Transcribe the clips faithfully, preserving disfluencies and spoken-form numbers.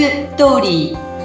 ストーリー。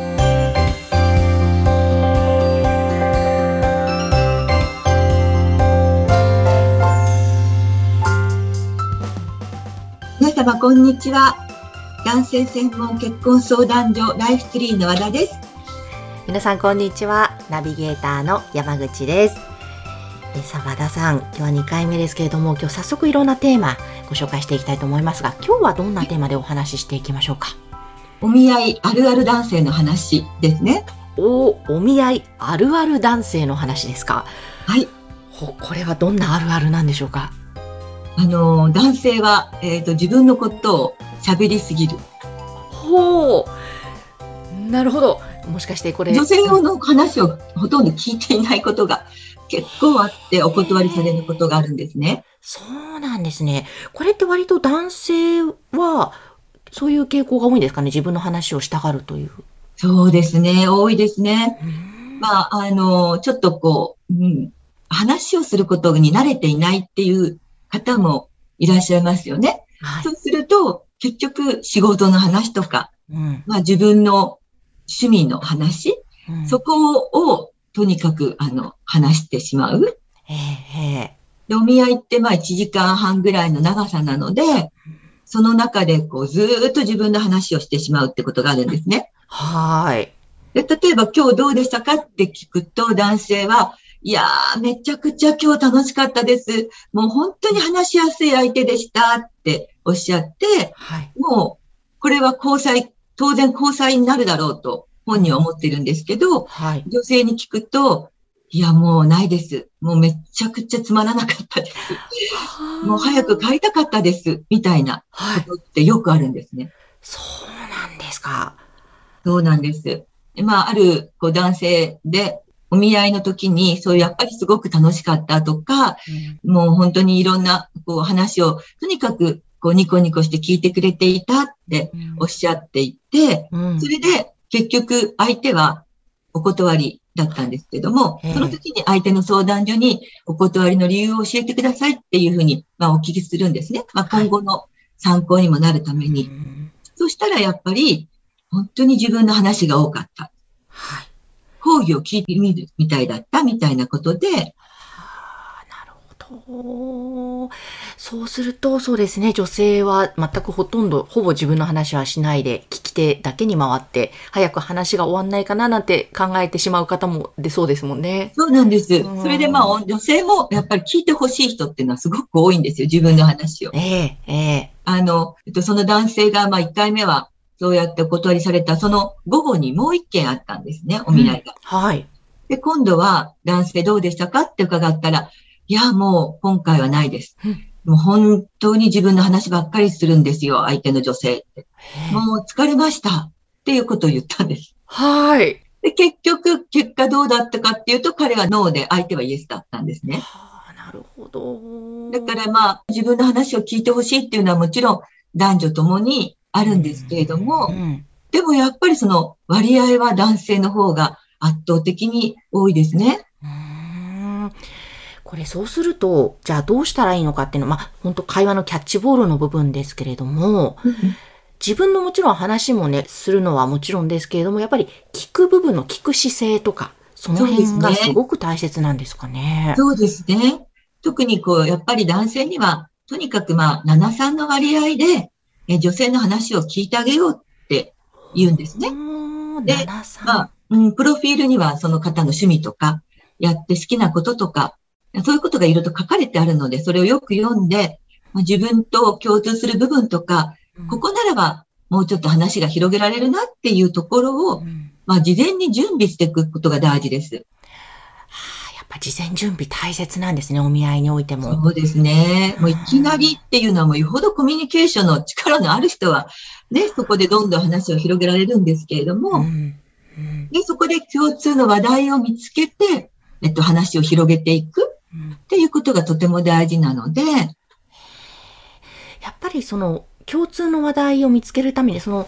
皆様こんにちは。男性専門結婚相談所ライフツリーの和田です。 皆さんこんにちは。ナビゲーターの山口です。えさあ和田さん、今日はにかいめですけれども、今日早速いろんなテーマご紹介していきたいと思いますが、今日はどんなテーマでお話ししていきましょうか。 お見合いあるある男性の話ですね。 おお見合いあるある男性の話ですか。 はい。 ほこれはどんなあるあるなんでしょうか。 あの男性は、えーと、自分のことを喋りすぎる。 ほう、なるほど。もしかしてこれ女性の話をほとんど聞いていないことが結構あってお断りされることがあるんですね。 そうなんですね。これって割と男性はそういう傾向が多いんですかね。自分の話をしたがるという。 そうですね、多いですね。まあ、あの、ちょっとこう、うん、話をすることに慣れていないっていう方もいらっしゃいますよね。 はい、 そうすると、結局仕事の話とか、 うん、 まあ自分の趣味の話、うん、そこをとにかくあの話してしまう。 へへで、お見合いってまあいちじかんはんぐらいの長さなので、その中でこうずーっと自分の話をしてしまうってことがあるんですね。 はい。 で、例えば今日どうでしたかって聞くと男性は、いやー、めちゃくちゃ今日楽しかったです。もう本当に話しやすい相手でしたっておっしゃって、はい、もうこれは交際、当然交際になるだろうと本人は思ってるんですけど、はい、女性に聞くと、いや、もうないです。もうめちゃくちゃつまらなかったです。もう早く帰りたかったです。みたいなことってよくあるんですね。はい、 そうなんですか。 そうなんです。まあ、あるこう男性で、お見合いの時に、そういうやっぱりすごく楽しかったとか、うん、もう本当にいろんなこう話を、とにかくこうニコニコして聞いてくれていたっておっしゃっていて、うん、それで結局相手はお断りだったんですけども、その時に相手の相談所にお断りの理由を教えてくださいっていうふうに、まあ、お聞きするんですね。まあ、今後の参考にもなるために。はい、そしたらやっぱり、本当に自分の話が多かった。はい。講義を聞いてみるみたいだったみたいなことで。はあ、なるほど。そうすると、そうですね。女性は全くほとんど、ほぼ自分の話はしないで、聞き手だけに回って、早く話が終わんないかななんて考えてしまう方も出そうですもんね。 そうなんです。それでまあ、女性もやっぱり聞いてほしい人っていうのはすごく多いんですよ。自分の話を。 ええ、ええ。 あの、えっと、その男性がまあいっかいめは、そうやってお断りされた、その午後にもう一件あったんですね、お見合いが。 うん、はい。 で、今度は男性どうでしたかって伺ったら、いや、もう今回はないです。うん、もう本当に自分の話ばっかりするんですよ、相手の女性って。もう疲れましたっていうことを言ったんです。 はい。 で、結局、結果どうだったかっていうと、彼はノーで相手はイエスだったんですね。 はあ、なるほど。 だからまあ、自分の話を聞いてほしいっていうのはもちろん男女ともにあるんですけれども、うん、でもやっぱりその割合は男性の方が圧倒的に多いですね。 うーん、これそうすると、じゃあどうしたらいいのかっていうのは、まあ、本当会話のキャッチボールの部分ですけれども、うん、自分のもちろん話もね、するのはもちろんですけれども、やっぱり聞く部分の聞く姿勢とか、その辺がすごく大切なんですかね。 そうですね。特にこう、やっぱり男性には、とにかくまあ、ななさんの割合で、え女性の話を聞いてあげようって言うんですね。で、まあ、うん、プロフィールにはその方の趣味とか、やって好きなこととか、そういうことがいろいろと書かれてあるので、それをよく読んで、まあ、自分と共通する部分とか、ここならばもうちょっと話が広げられるなっていうところを、まあ、事前に準備していくことが大事です。 やっぱ事前準備大切なんですね、お見合いにおいても。 そうですね。もういきなりっていうのはもうよほどコミュニケーションの力のある人は、ね、そこでどんどん話を広げられるんですけれども、うんうん、でそこで共通の話題を見つけて、えっと、話を広げていくっていうことがとても大事なので、やっぱりその共通の話題を見つけるために、その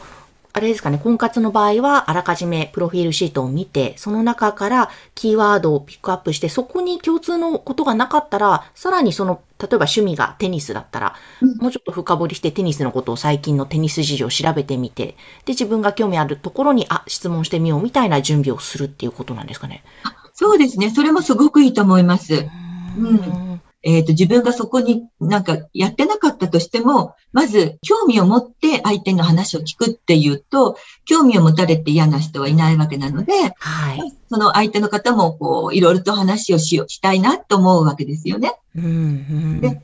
あれですかね、婚活の場合はあらかじめプロフィールシートを見て、その中からキーワードをピックアップして、そこに共通のことがなかったら、さらにその、例えば趣味がテニスだったら、 うん、 もうちょっと深掘りしてテニスのことを最近のテニス事情を調べてみて、で、自分が興味あるところに、あ、質問してみようみたいな準備をするっていうことなんですかね。 そうですね。それもすごくいいと思いまうす。 ーうん。 ん。 えっと、自分がそこになんかやってなかったとしても、まず興味を持って相手の話を聞くっていうと、興味を持たれて嫌な人はいないわけなので、 はい。 その相手の方もこう、いろいろと話をしよう、したいなと思うわけですよね。 うん、うん。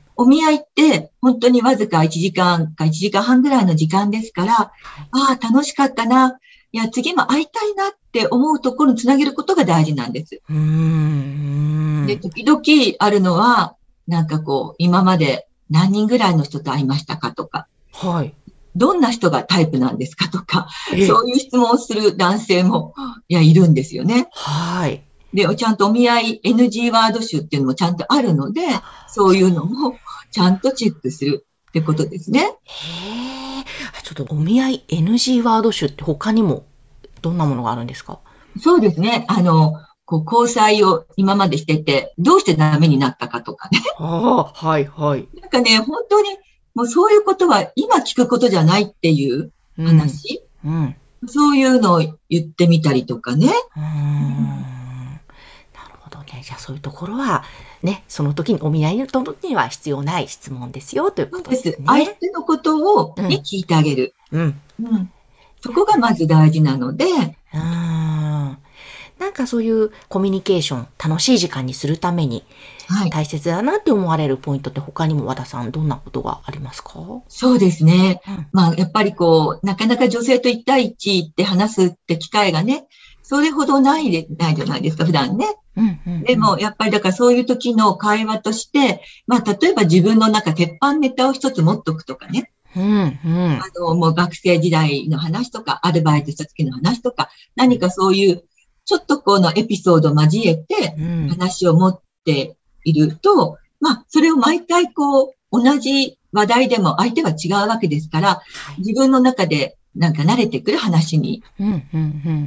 で、お見合いって本当にわずかいちじかんかいちじかんはんぐらいの時間ですから、あはい。 あ、楽しかったな。いや、次も会いたいなって思うところにつなげることが大事なんです。 うーん。うで、 ん。 時々あるのは、なんかこう、今まで何人ぐらいの人と会いましたかとか、 はい。 どんな人がタイプなんですかとか、 え、 そういう質問をする男性も、いや、いるんですよね。 はい。 で、ちゃんとお見合い エヌジー ワード集っていうのもちゃんとあるので、そうそう。 いうのもちゃんとチェックするってことですね。 へえ。あ、ちょっとお見合い エヌジー ワード集って他にもどんなものがあるんですか？ そうですね。あの、こう、交際を今までしてて、どうしてダメになったかとかね。 ああ、はいはい。 なんかね、本当に、もうそういうことは今聞くことじゃないっていううん。 話。 うん。 そういうのを言ってみたりとかね。 うーん。なるほどね。じゃあそういうところは、ね、その時にお見合いの時には必要ない質問ですよということですそうです。相ね。 手のことを、 うん。 に聞いてあげる。 うん。 うん。そこがまず大事なので、 うーん。なんかそういうコミュニケーション、楽しい時間にするためにはい。 大切だなって思われるポイントって他にも和田さんどんなことがありますか？うそうですね。 ん。 まあ、やっぱりこう、なかなか女性と一対一って話すって機会がね、それほどないで、ないじゃないですか、普段ね。 うん、うん、うん。 でも、やっぱりだからそういう時の会話として、まあ、例えば自分の中、鉄板ネタを一つ持っとくとかね。 うん、うん。 あの、もう学生時代の話とか、アルバイトした時の話とか、何かそういう、ちょっとこのエピソードを交えてうん。 話を持っていると、まあ、それを毎回こう、同じ話題でも相手は違うわけですから、 はい。 自分の中でなんか慣れてくる話に、 うん、うん、うん。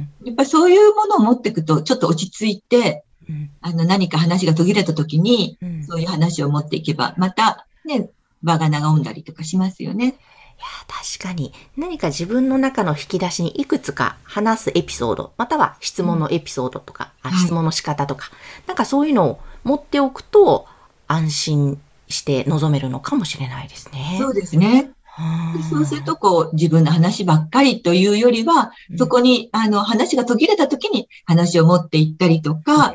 やっぱりそういうものを持っていくと、ちょっと落ち着いて、 うん、 あの、何か話が途切れた時に、 うん。 そういう話を持っていけば、またね、場が和んだりとかしますよね。 いや、確かに何か自分の中の引き出しにいくつか話すエピソード、または質うん、 問のエピソードとか、あ、 はい。 質問の仕方とか、なんかそういうのを持っておくと安心して臨めるのかもしれないですね。 そうですね。 うーそうするん。 と、こう、自分の話ばっかりというよりは、 うん。 そこに、あの、話が途切れた時に話を持っていったりとか、 うん。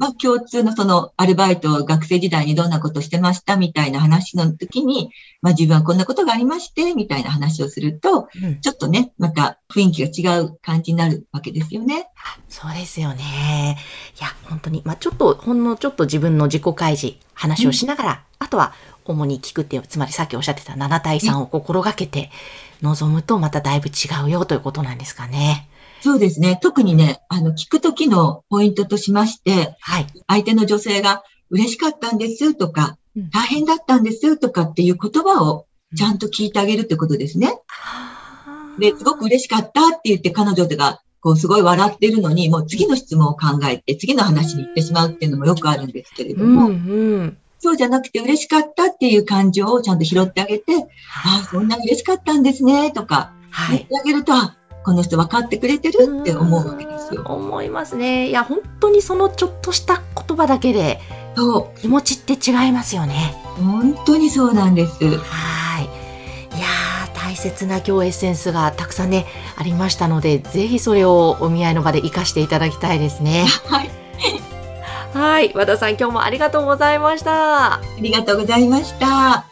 まあ、共通のその、アルバイト、学生時代にどんなことをしてましたみたいな話の時に、まあ、自分はこんなことがありまして、みたいな話をすると、 うん。 ちょっとね、また雰囲気が違う感じになるわけですよね。 そうですよね。いや、本当に、まあ、ちょっと、ほんのちょっと自分の自己開示、話をうん。 しながら、あとは主に聞くっていう、つまりさっきおっしゃってたなな対さんを心がけて臨むとまただいぶ違うよということなんですかね。 そうですね。特にね、あの、聞くときのポイントとしまして、 はい。 相手の女性が嬉しかったんですとか、 うん。 大変だったんですとかっていう言葉をうん。 ちゃんと聞いてあげるってことですね。で、すごくあ嬉しかったって言って彼女がこうすごい笑ってるのに、もうー、うん。 次の質問を考えて次のう話に行ってしまうっていうのもよくあるんですけれーん。 ども、 うん。 そうじゃなくて嬉しかったっていう感情をちゃんと拾ってあげて、ああ、そんなに嬉しかったんですねとかはい。 言ってあげると、あ、この人分かってくれてるうって思うわけですーん、 よ。 思いますね。いや、本当にそのちょっとした言葉だけで、 そ気持ちって違いますよね。 う。本当にそうなんです。 はい。いやー、大切な今日エッセンスがたくさんね、ありましたので、ぜひそれをお見合いの場で活かしていただきたいですね。 はい。 はい。和田さん、今日もありがとうございました。 ありがとうございました。